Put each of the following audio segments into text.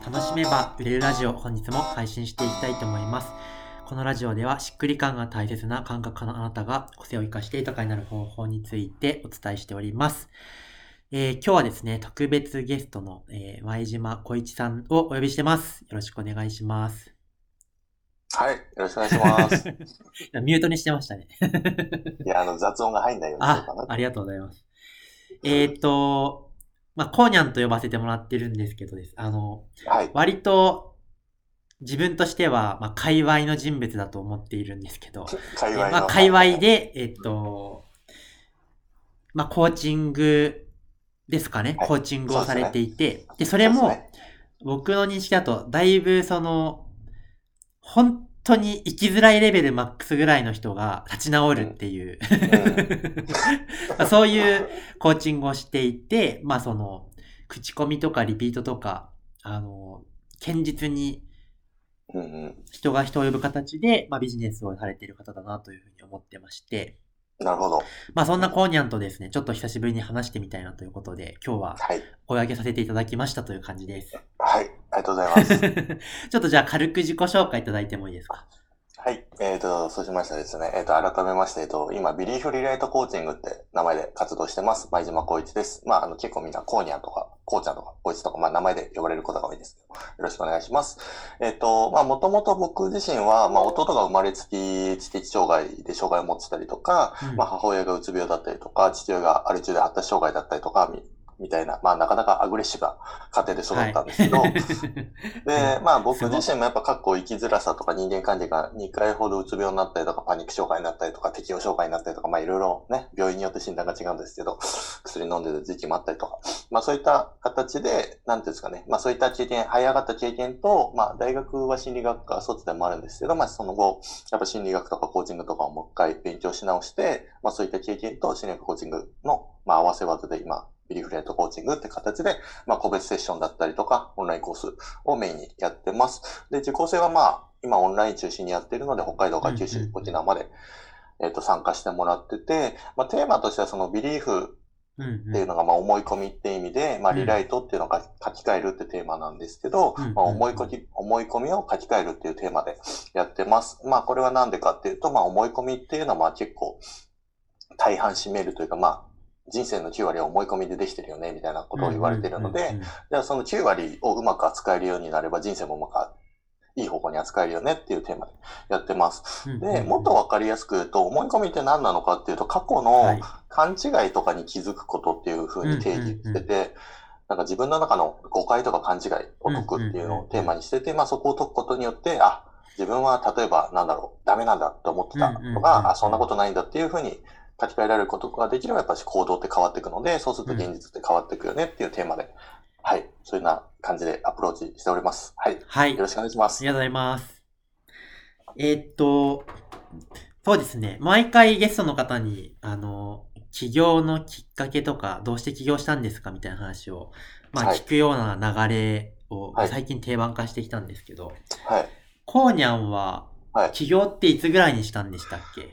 楽しめば売れるラジオ、本日も配信していきたいと思います。このラジオではしっくり感が大切な感覚家のあなたが個性を生かして豊かになる方法についてお伝えしております。今日はですね、特別ゲストの、前島小一さんをお呼びしてます。よろしくお願いします。 はい、よろしくお願いします。 ミュートにしてましたね。 いや、雑音が入んないようにしようかな。 ありがとうございます。コーニャンと呼ばせてもらってるんですけどです。 はい。 割と自分としては、界隈の人物だと思っているんですけど、 界隈の。 界隈で、コーチングですかね。 はいコーチングをされていて、 そうで、それも、 ですね。 僕の認識だと、だいぶ本当に生きづらいレベルマックスぐらいの人が立ち直るっていう、そういうコーチングをしていて、口コミとかリピートとか、堅実に人が人を呼ぶ形で、ビジネスをされている方だなというふうに思ってまして、 なるほど。 そんなコーニャンとですね、ちょっと久しぶりに話してみたいなということで、今日ははい。 お声掛けさせていただきましたという感じです。 はい、ありがとうございます。 ちょっとじゃあ軽く自己紹介いただいてもいいですか？ はい。そうしましたらですね、改めまして、今、ビリーフリライトコーチングって名前で活動してます。前島光一です。結構みんな、コーニャンとか、コーちゃんとか、コイチとか、名前で呼ばれることが多いんですけど、よろしくお願いします。もともと僕自身は、弟が生まれつき知的障害で障害を持ってたりとか、母親がうつ病だったりとか、父親がアル中で発達障害だったりとか、みたいな、なかなかアグレッシブな家庭で育ったんですけど、で、僕自身もやっぱ生きづらさとか人間関係が2回ほどうつ病になったりとか、パニック障害になったりとか、適応障害になったりとか、いろいろね、病院によって診断が違うんですけど、薬飲んでる時期もあったりとか、そういった形で、なんていうんですかね、そういった経験、這い上がった経験と、大学は心理学科卒でもあるんですけど、その後、やっぱ心理学とかコーチングとかをもう一回勉強し直して、そういった経験と心理学コーチングの、合わせ技で今、ビリーフレントコーチングって形で、個別セッションだったりとか、オンラインコースをメインにやってます。で、受講生は今オンライン中心にやっているので、北海道から九州、沖縄まで、参加してもらってて、テーマとしてはそのビリーフっていうのが、思い込みって意味で、リライトっていうのが書き換えるってテーマなんですけど、思い込みを書き換えるっていうテーマでやってます。これはなんでかっていうと、思い込みっていうのは結構大半占めるというか、人生の9割は思い込みでできてるよね、みたいなことを言われているので、じゃあその9割をうまく扱えるようになれば人生もうまくいい方向に扱えるよねっていうテーマでやってます。で、もっとわかりやすく言うと、思い込みって何なのかっていうと、過去の勘違いとかに気づくことっていう風に定義してて、なんか自分の中の誤解とか勘違いを解くっていうのをテーマにしてて、そこを解くことによって、自分は例えばダメなんだと思ってたとか、そんなことないんだっていう風に書き換えられることができれば、やっぱり行動って変わっていくので、そうすると現実って変わっていくよねっていうテーマで、はい、そういうような感じでアプローチしております。はい。 はい。 よろしくお願いします。 ありがとうございます。そうですね。毎回ゲストの方に、起業のきっかけとか、どうして起業したんですかみたいな話を、聞くような流れを最近定番化してきたんですけど、 はい。 コーニャンは、起業っていつぐらいにしたんでしたっけ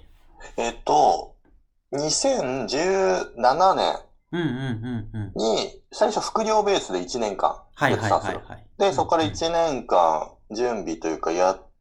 ？2017年に、最初副業ベースで1年間やってたんですよ。で、そこから1年間準備というかやって、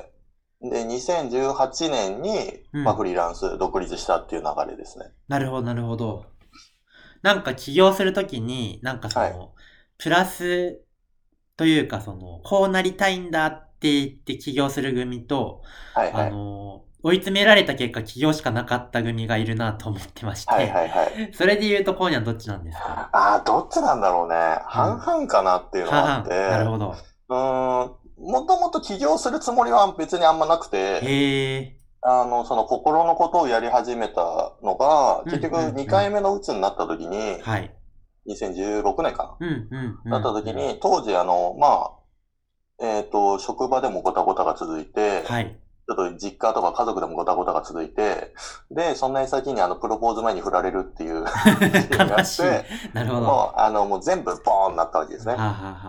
で、2018年に、フリーランス独立したっていう流れですね。 なるほど、なるほど。なんか起業するときに、プラスというかこうなりたいんだって言って起業する組と、追い詰められた結果起業しかなかった組がいるなと思ってまして、それで言うとコーニャンどっちなんですか？ どっちなんだろうね。半々かなっていうのがあって。 なるほど。 もともと起業するつもりは別にあんまなくて、その心のことをやり始めたのが、結局2回目の鬱になった時に、2016年かな。なった時に、当時職場でもごたごたが続いて、ちょっと実家とか家族でもごたごたが続いて、で、そんなに先にプロポーズ前に振られるっていう悲しい。なるほど。 もう全部ボーンなったわけですね。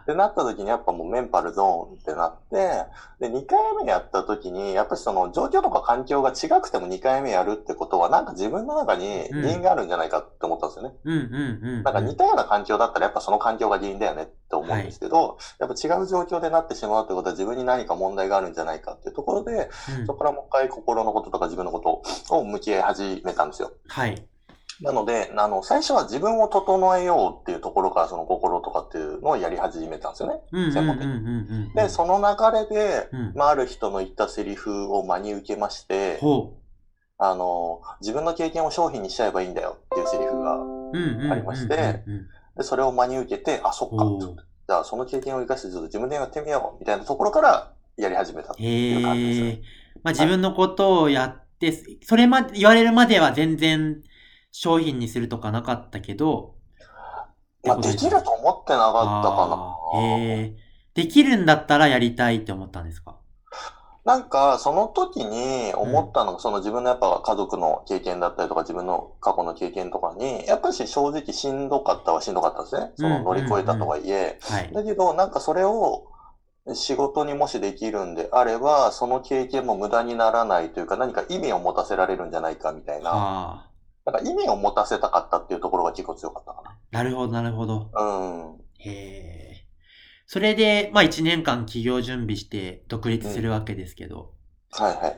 で、なった時にやっぱもうメンパルゾーンってなって、で、2回目やった時に、やっぱりその状況とか環境が違くても2回目やるってことは、なんか自分の中に原因があるんじゃないかって思ったんですよね。 うんうんうん。 なんか似たような環境だったらやっぱその環境が原因だよねって思うんですけど、やっぱ違う状況でなってしまうってことは自分に何か問題があるんじゃないかっていうところで、そこからもう一回心のこととか自分のことを向き合い始めたんですよ。 はい。 なので、最初は自分を整えようっていうところからその心とかっていうのをやり始めたんですよね。専門的に。で、その流れで、ある人の言ったセリフを真に受けまして、自分の経験を商品にしちゃえばいいんだよっていうセリフがありまして、で、それを真に受けて、あ、そっか。じゃあその経験を生かしてちょっと自分でやってみようみたいなところからやり始めたっていう感じですね。 まあ自分のことをやって、それまで、言われるまでは全然商品にするとかなかったけど、 まあできると思ってなかったかな。 できるんだったらやりたいって思ったんですか？ なんか、その時に思ったのが、その自分のやっぱ家族の経験だったりとか、自分の過去の経験とかに、やっぱり正直しんどかったはしんどかったですね。その乗り越えたとはいえ。だけど、なんかそれを仕事にもしできるんであれば、その経験も無駄にならないというか、何か意味を持たせられるんじゃないかみたいな。なんか意味を持たせたかったっていうところが結構強かったかな。 なるほど、なるほど。 へえ。それで、まあ1年間企業準備して独立するわけですけど。 はいはい。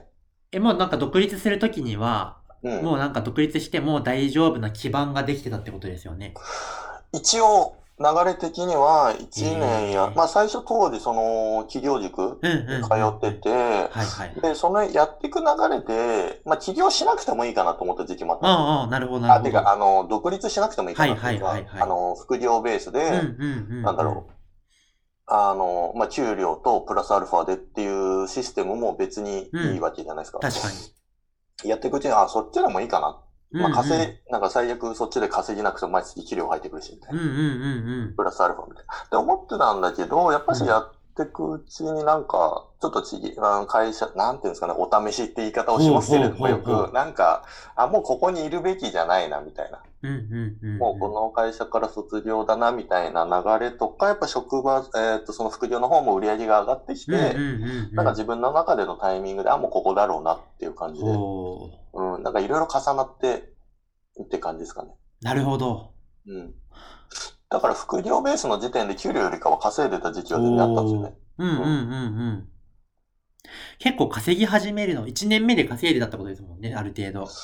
もうなんか独立するときには、もうなんか独立しても大丈夫な基盤ができてたってことですよね。 一応、流れ的には1年や、まあ最初当時その企業塾に通ってて、で、そのやっていく流れで、まあ起業しなくてもいいかなと思った時期もあったんですよ。 なるほど、なるほど。 てか、独立しなくてもいいかなっていうか、副業ベースで、なんだろう。まあ、給料とプラスアルファでっていうシステムも別にいいわけじゃないですか。 確かに。 やっていくうちに、そっちでもいいかな。まあ、なんか最悪そっちで稼ぎなくても毎月給料入ってくるし、みたいな。プラスアルファみたいな。って思ってたんだけど、やっぱしやっていくうちになんか、ちょっと会社、なんていうんですかね、お試しって言い方をしますけれども、よく、なんか、もうここにいるべきじゃないな、みたいな。もうこの会社から卒業だな、みたいな流れとか、やっぱ職場、その副業の方も売り上げが上がってきて、なんか自分の中でのタイミングで、もうここだろうなっていう感じで、なんかいろいろ重なってって感じですかね。 なるほど。 だから副業ベースの時点で給料よりかは稼いでた時期は全然あったんですよね。 結構稼ぎ始めるの、1年目で稼いでたってことですもんね、ある程度。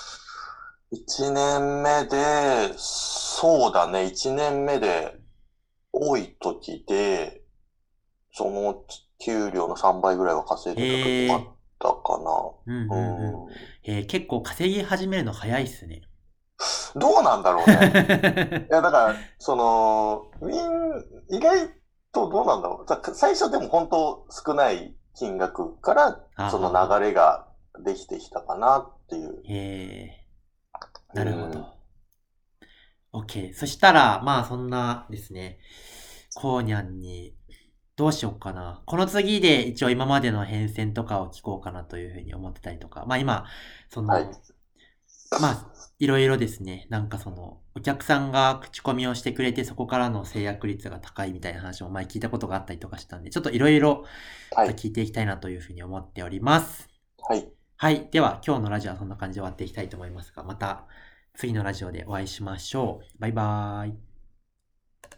1年目で、そうだね、1年目で、多い時で、その給料の3倍ぐらいは稼いでた時もあったかな。結構稼ぎ始めるの早いっすね。 どうなんだろうね。いや、だから、意外とどうなんだろう。最初でも本当少ない金額から、その流れができてきたかなっていう。 なるほど。OK。そしたら、まあそんなですね、コーニャンに、どうしようかな。この次で一応今までの変遷とかを聞こうかなというふうに思ってたりとか。まあ今、まあ、いろいろですね、なんかお客さんが口コミをしてくれてそこからの制約率が高いみたいな話も前聞いたことがあったりとかしたんで、ちょっといろいろ聞いていきたいなというふうに思っております。はい。では、今日のラジオはそんな感じで終わっていきたいと思いますが、また次のラジオでお会いしましょう。バイバーイ。